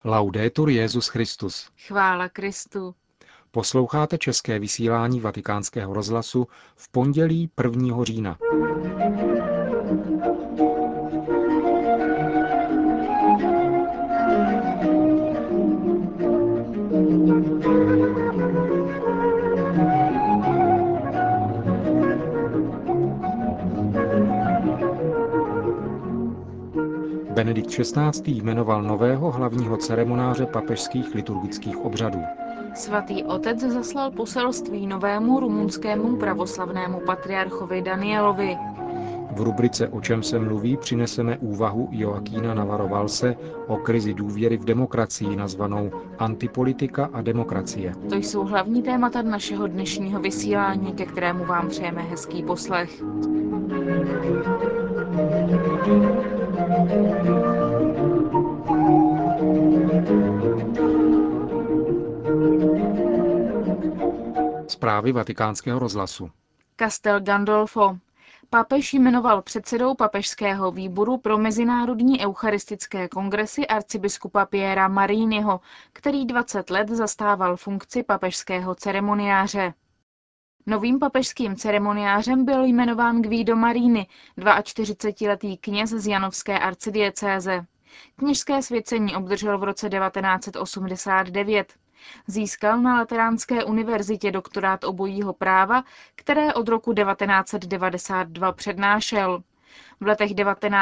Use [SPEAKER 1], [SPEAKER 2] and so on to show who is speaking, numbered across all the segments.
[SPEAKER 1] Laudetur Jesus Christus.
[SPEAKER 2] Chvála Kristu.
[SPEAKER 1] Posloucháte české vysílání Vatikánského rozhlasu v pondělí 1. října. Benedikt XVI. Jmenoval nového hlavního ceremonáře papežských liturgických obřadů.
[SPEAKER 2] Svatý otec zaslal poselství novému rumunskému pravoslavnému patriarchovi Danielovi.
[SPEAKER 1] V rubrice O čem se mluví přineseme úvahu Joaquína Navarro Valse o krizi důvěry v demokracii nazvanou Antipolitika a demokracie.
[SPEAKER 2] To jsou hlavní témata našeho dnešního vysílání, ke kterému vám přejeme hezký poslech.
[SPEAKER 1] Zprávy Vatikánského rozhlasu.
[SPEAKER 2] Castel Gandolfo. Papež jmenoval předsedou papežského výboru pro mezinárodní eucharistické kongresy arcibiskupa Piera Mariniho, který 20 let zastával funkci papežského ceremoniáře. Novým papežským ceremoniářem byl jmenován Guido Marini, 42letý kněz z janovské arcidiecéze. Kněžské svěcení obdržel v roce 1989. Získal na Lateránské univerzitě doktorát obojího práva, které od roku 1992 přednášel. V letech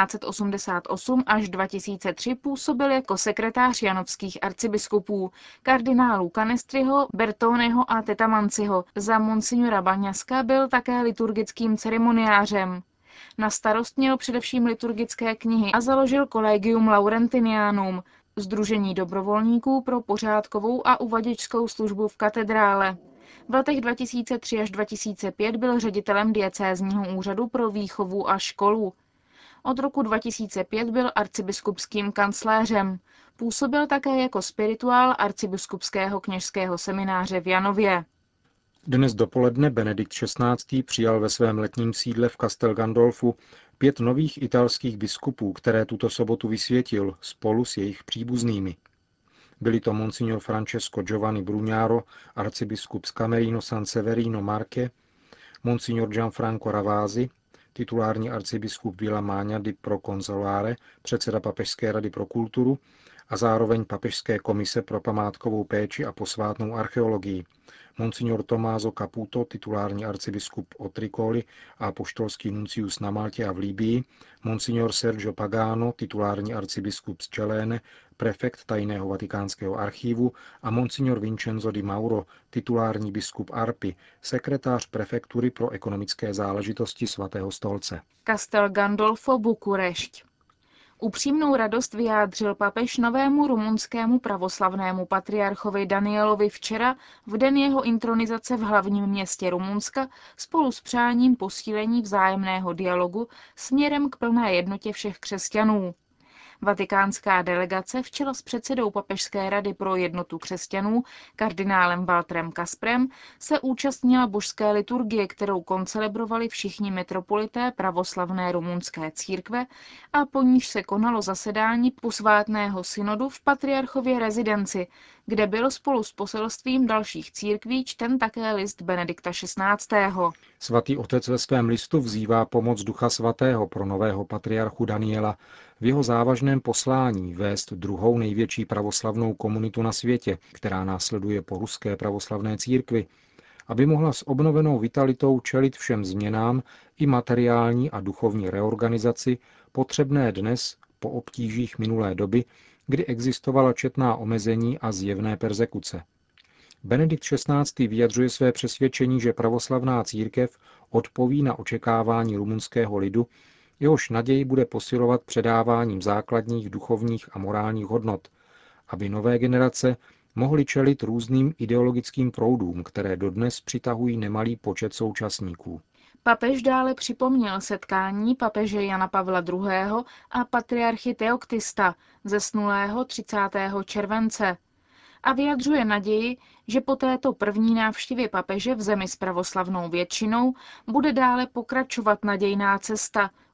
[SPEAKER 2] 1988 až 2003 působil jako sekretář janovských arcibiskupů, kardinálů Canestriho, Bertoneho a Tetamanciho. Za monsignora Baňaska byl také liturgickým ceremoniářem. Na starost měl především liturgické knihy a založil Collegium Laurentinianum, sdružení dobrovolníků pro pořádkovou a uvaděčskou službu v katedrále. V letech 2003 až 2005 byl ředitelem diecézního úřadu pro výchovu a školu. Od roku 2005 byl arcibiskupským kancléřem. Působil také jako spirituál arcibiskupského kněžského semináře v Janově.
[SPEAKER 1] Dnes dopoledne Benedikt XVI. Přijal ve svém letním sídle v Castel Gandolfu 5 nových italských biskupů, které tuto sobotu vysvětil spolu s jejich příbuznými. Byli to monsignor Francesco Giovanni Brugnaro, arcibiskup z Camerino San Severino Marche, monsignor Gianfranco Ravasi, titulární arcibiskup Villa Magna di Proconsolare, předseda Papežské rady pro kulturu a zároveň Papežské komise pro památkovou péči a posvátnou archeologii, monsignor Tommaso Caputo, titulární arcibiskup Otricoli a apoštolský nuncius na Maltě a v Libyi, monsignor Sergio Pagano, titulární arcibiskup z Čeléne, prefekt tajného vatikánského archívu a monsignor Vincenzo di Mauro, titulární biskup Arpi, sekretář prefektury pro ekonomické záležitosti Svatého stolce.
[SPEAKER 2] Castel Gandolfo, Bukurešť. Upřímnou radost vyjádřil papež novému rumunskému pravoslavnému patriarchovi Danielovi včera, v den jeho intronizace v hlavním městě Rumunska, spolu s přáním posílení vzájemného dialogu směrem k plné jednotě všech křesťanů. Vatikánská delegace v čele s předsedou Papežské rady pro jednotu křesťanů, kardinálem Walterem Kasprem, se účastnila božské liturgie, kterou koncelebrovali všichni metropolité pravoslavné rumunské církve a po níž se konalo zasedání posvátného synodu v patriarchově rezidenci, kde byl spolu s poselstvím dalších církví čten také list Benedikta XVI.
[SPEAKER 1] Svatý otec ve svém listu vzývá pomoc Ducha svatého pro nového patriarchu Daniela v jeho závažném poslání vést druhou největší pravoslavnou komunitu na světě, která následuje po ruské pravoslavné církvi, aby mohla s obnovenou vitalitou čelit všem změnám i materiální a duchovní reorganizaci potřebné dnes po obtížích minulé doby, kdy existovala četná omezení a zjevné perzekuce. Benedikt XVI. Vyjadřuje své přesvědčení, že pravoslavná církev odpoví na očekávání rumunského lidu, jehož naději bude posilovat předáváním základních duchovních a morálních hodnot, aby nové generace mohly čelit různým ideologickým proudům, které dodnes přitahují nemalý počet současníků.
[SPEAKER 2] Papež dále připomněl setkání papeže Jana Pavla II. A patriarchy Teoktista, zesnulého 30. července, a vyjadřuje naději, že po této první návštěvě papeže v zemi s pravoslavnou většinou bude dále pokračovat nadějná cesta,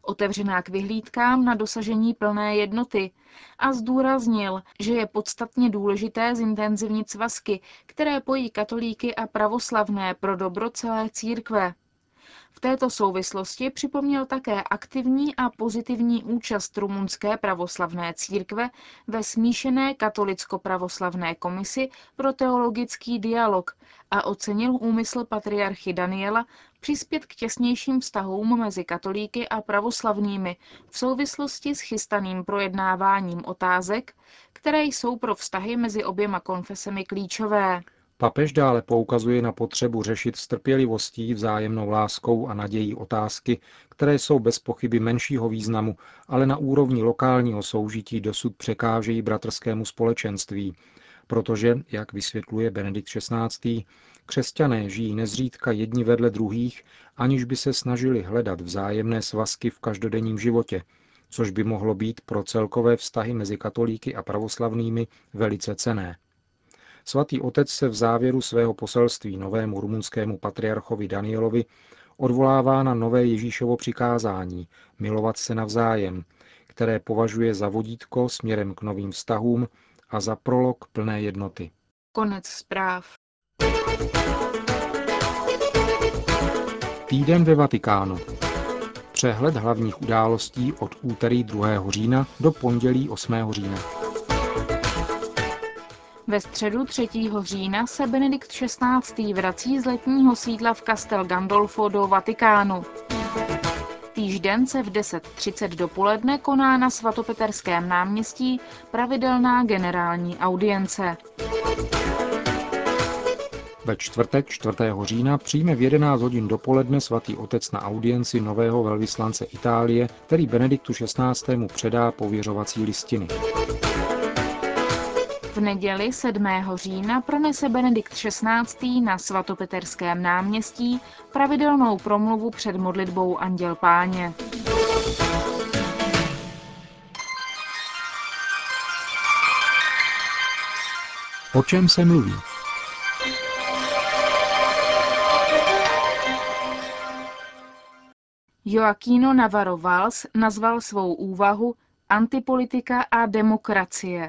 [SPEAKER 2] otevřená k vyhlídkám na dosažení plné jednoty, a zdůraznil, že je podstatně důležité zintenzivnit svazky, které pojí katolíky a pravoslavné pro dobro celé církve. V této souvislosti připomněl také aktivní a pozitivní účast rumunské pravoslavné církve ve smíšené katolicko-pravoslavné komisi pro teologický dialog a ocenil úmysl patriarchy Daniela přispět k těsnějším vztahům mezi katolíky a pravoslavnými v souvislosti s chystaným projednáváním otázek, které jsou pro vztahy mezi oběma konfesemi klíčové.
[SPEAKER 1] Papež dále poukazuje na potřebu řešit s trpělivostí, vzájemnou láskou a nadějí otázky, které jsou bez pochyby menšího významu, ale na úrovni lokálního soužití dosud překážejí bratrskému společenství, protože, jak vysvětluje Benedikt XVI., křesťané žijí nezřídka jedni vedle druhých, aniž by se snažili hledat vzájemné svazky v každodenním životě, což by mohlo být pro celkové vztahy mezi katolíky a pravoslavnými velice cenné. Svatý otec se v závěru svého poselství novému rumunskému patriarchovi Danielovi odvolává na nové Ježíšovo přikázání milovat se navzájem, které považuje za vodítko směrem k novým vztahům a za prolog plné jednoty.
[SPEAKER 2] Konec zpráv.
[SPEAKER 1] Týden ve Vatikánu. Přehled hlavních událostí od úterý 2. října do pondělí 8. října.
[SPEAKER 2] Ve středu 3. října se Benedikt XVI. Vrací z letního sídla v Castel Gandolfo do Vatikánu. Týžden se v 10:30 dopoledne koná na svatopeterském náměstí pravidelná generální audience.
[SPEAKER 1] Ve čtvrtek 4. října přijme v 11 hodin dopoledne svatý otec na audienci nového velvyslance Itálie, který Benediktu XVI. Předá pověřovací listiny.
[SPEAKER 2] V neděli 7. října pronese Benedikt XVI. Na svatopeterském náměstí pravidelnou promluvu před modlitbou Anděl Páně.
[SPEAKER 1] O čem se mluví?
[SPEAKER 2] Joaquino Navarro Valls nazval svou úvahu Antipolitika a demokracie.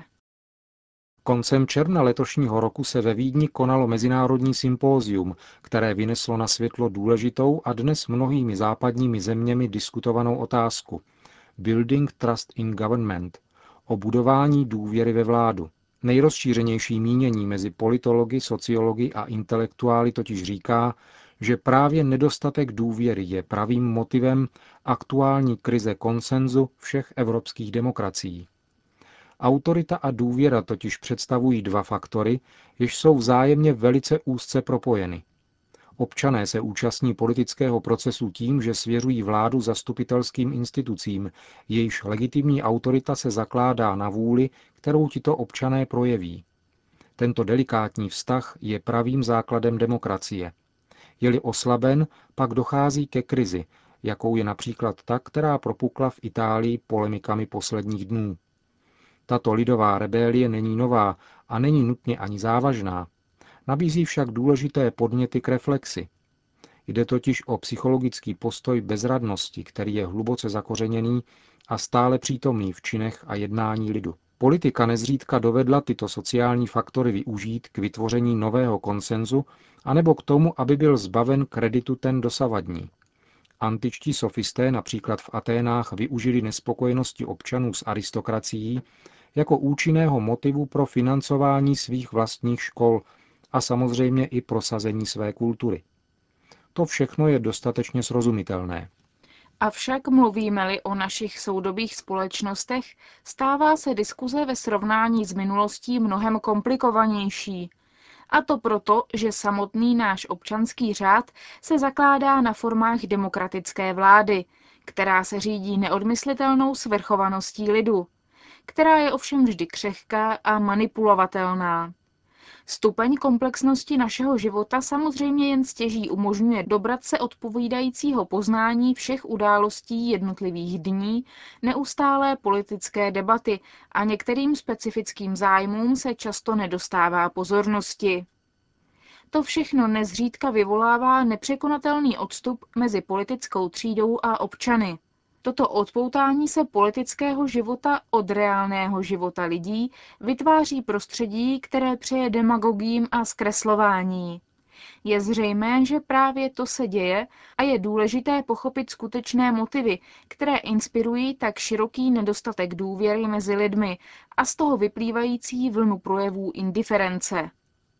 [SPEAKER 1] Koncem června letošního roku se ve Vídni konalo mezinárodní sympózium, které vyneslo na světlo důležitou a dnes mnohými západními zeměmi diskutovanou otázku Building Trust in Government, o budování důvěry ve vládu. Nejrozšířenější mínění mezi politology, sociology a intelektuály totiž říká, že právě nedostatek důvěry je pravým motivem aktuální krize konsenzu všech evropských demokracií. Autorita a důvěra totiž představují dva faktory, jež jsou vzájemně velice úzce propojeny. Občané se účastní politického procesu tím, že svěřují vládu zastupitelským institucím, jejichž legitimní autorita se zakládá na vůli, kterou tito občané projeví. Tento delikátní vztah je pravým základem demokracie. Je-li oslaben, pak dochází ke krizi, jakou je například ta, která propukla v Itálii polemikami posledních dnů. Tato lidová rebélie není nová a není nutně ani závažná. Nabízí však důležité podněty k reflexi. Jde totiž o psychologický postoj bezradnosti, který je hluboce zakořeněný a stále přítomný v činech a jednání lidu. Politika nezřídka dovedla tyto sociální faktory využít k vytvoření nového konsenzu anebo k tomu, aby byl zbaven kreditu ten dosavadní. Antičtí sofisté například v Aténách využili nespokojenosti občanů s aristokracií jako účinného motivu pro financování svých vlastních škol a samozřejmě i prosazení své kultury. To všechno je dostatečně srozumitelné.
[SPEAKER 2] Avšak mluvíme-li o našich soudobých společnostech, stává se diskuze ve srovnání s minulostí mnohem komplikovanější. A to proto, že samotný náš občanský řád se zakládá na formách demokratické vlády, která se řídí neodmyslitelnou svrchovaností lidu, která je ovšem vždy křehká a manipulovatelná. Stupeň komplexnosti našeho života samozřejmě jen stěží umožňuje dobrat se odpovídajícího poznání všech událostí jednotlivých dní, neustálé politické debaty a některým specifickým zájmům se často nedostává pozornosti. To všechno nezřídka vyvolává nepřekonatelný odstup mezi politickou třídou a občany. Toto odpoutání se politického života od reálného života lidí vytváří prostředí, které přeje demagogím a zkreslování. Je zřejmé, že právě to se děje a je důležité pochopit skutečné motivy, které inspirují tak široký nedostatek důvěry mezi lidmi a z toho vyplývající vlnu projevů indiference.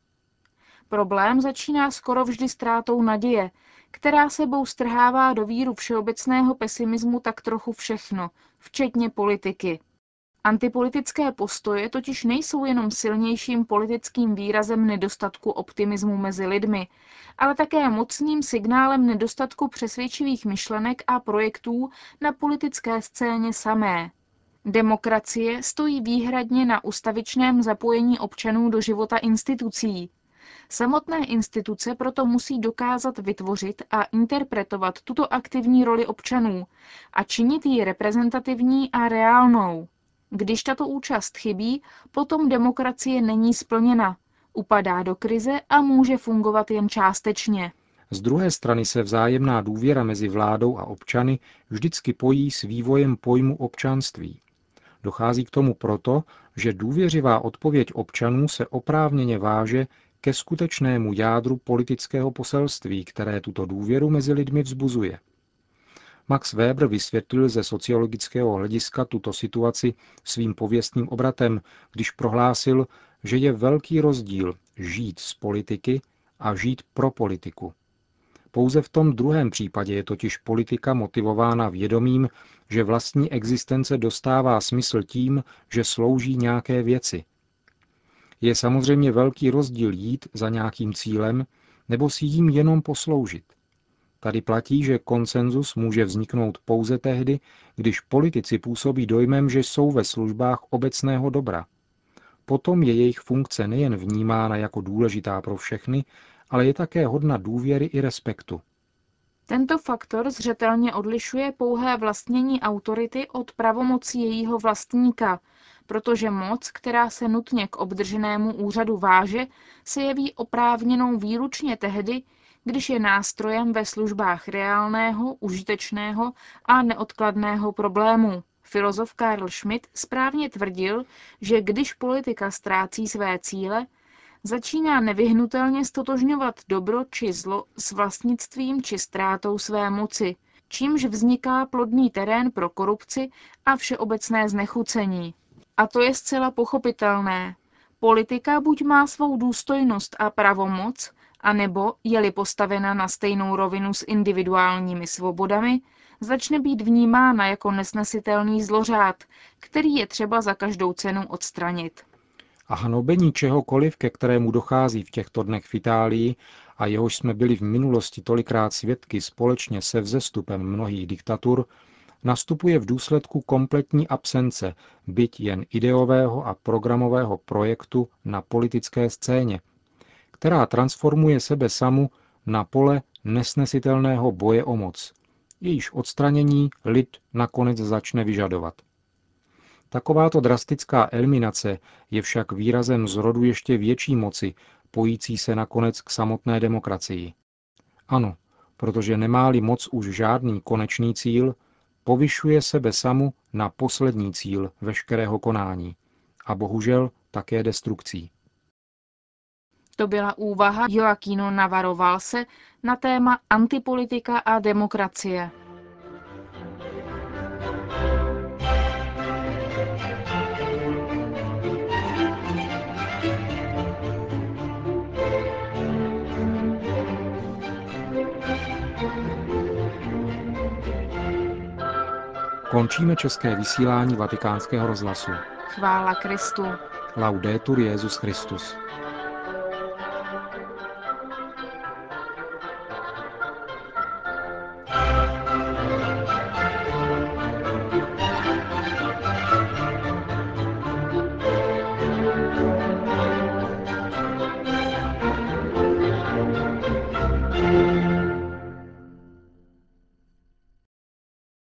[SPEAKER 2] Problém začíná skoro vždy ztrátou naděje, která sebou strhává do víru všeobecného pesimismu tak trochu všechno, včetně politiky. Antipolitické postoje totiž nejsou jenom silnějším politickým výrazem nedostatku optimismu mezi lidmi, ale také mocným signálem nedostatku přesvědčivých myšlenek a projektů na politické scéně samé. Demokracie stojí výhradně na ustavičném zapojení občanů do života institucí. Samotné instituce proto musí dokázat vytvořit a interpretovat tuto aktivní roli občanů a činit ji reprezentativní a reálnou. Když tato účast chybí, potom demokracie není splněna, upadá do krize a může fungovat jen částečně.
[SPEAKER 1] Z druhé strany se vzájemná důvěra mezi vládou a občany vždycky pojí s vývojem pojmu občanství. Dochází k tomu proto, že důvěřivá odpověď občanů se oprávněně váže ke skutečnému jádru politického poselství, které tuto důvěru mezi lidmi vzbuzuje. Max Weber vysvětlil ze sociologického hlediska tuto situaci svým pověstným obratem, když prohlásil, že je velký rozdíl žít z politiky a žít pro politiku. Pouze v tom druhém případě je totiž politika motivována vědomím, že vlastní existence dostává smysl tím, že slouží nějaké věci. Je samozřejmě velký rozdíl jít za nějakým cílem nebo si jím jenom posloužit. Tady platí, že konsenzus může vzniknout pouze tehdy, když politici působí dojmem, že jsou ve službách obecného dobra. Potom je jejich funkce nejen vnímána jako důležitá pro všechny, ale je také hodna důvěry i respektu.
[SPEAKER 2] Tento faktor zřetelně odlišuje pouhé vlastnění autority od pravomocí jejího vlastníka, protože moc, která se nutně k obdrženému úřadu váže, se jeví oprávněnou výlučně tehdy, když je nástrojem ve službách reálného, užitečného a neodkladného problému. Filozof Carl Schmitt správně tvrdil, že když politika ztrácí své cíle, začíná nevyhnutelně stotožňovat dobro či zlo s vlastnictvím či ztrátou své moci, čímž vzniká plodný terén pro korupci a všeobecné znechucení. A to je zcela pochopitelné. Politika buď má svou důstojnost a pravomoc, anebo, je-li postavena na stejnou rovinu s individuálními svobodami, začne být vnímána jako nesnesitelný zlořád, který je třeba za každou cenu odstranit.
[SPEAKER 1] A hanobení čehokoliv, ke kterému dochází v těchto dnech v Itálii a jehož jsme byli v minulosti tolikrát svědky společně se vzestupem mnohých diktatur, nastupuje v důsledku kompletní absence, byť jen ideového a programového projektu na politické scéně, která transformuje sebe samu na pole nesnesitelného boje o moc. Jejíž odstranění lid nakonec začne vyžadovat. Takováto drastická eliminace je však výrazem zrodu ještě větší moci, pojící se nakonec k samotné demokracii. Ano, protože nemá-li moc už žádný konečný cíl, povyšuje sebe samu na poslední cíl veškerého konání a bohužel také destrukcí.
[SPEAKER 2] To byla úvaha Joaquino Navarro Valse na téma antipolitika a demokracie.
[SPEAKER 1] Končíme české vysílání Vatikánského rozhlasu.
[SPEAKER 2] Chvála Kristu.
[SPEAKER 1] Laudetur Jesus Christus.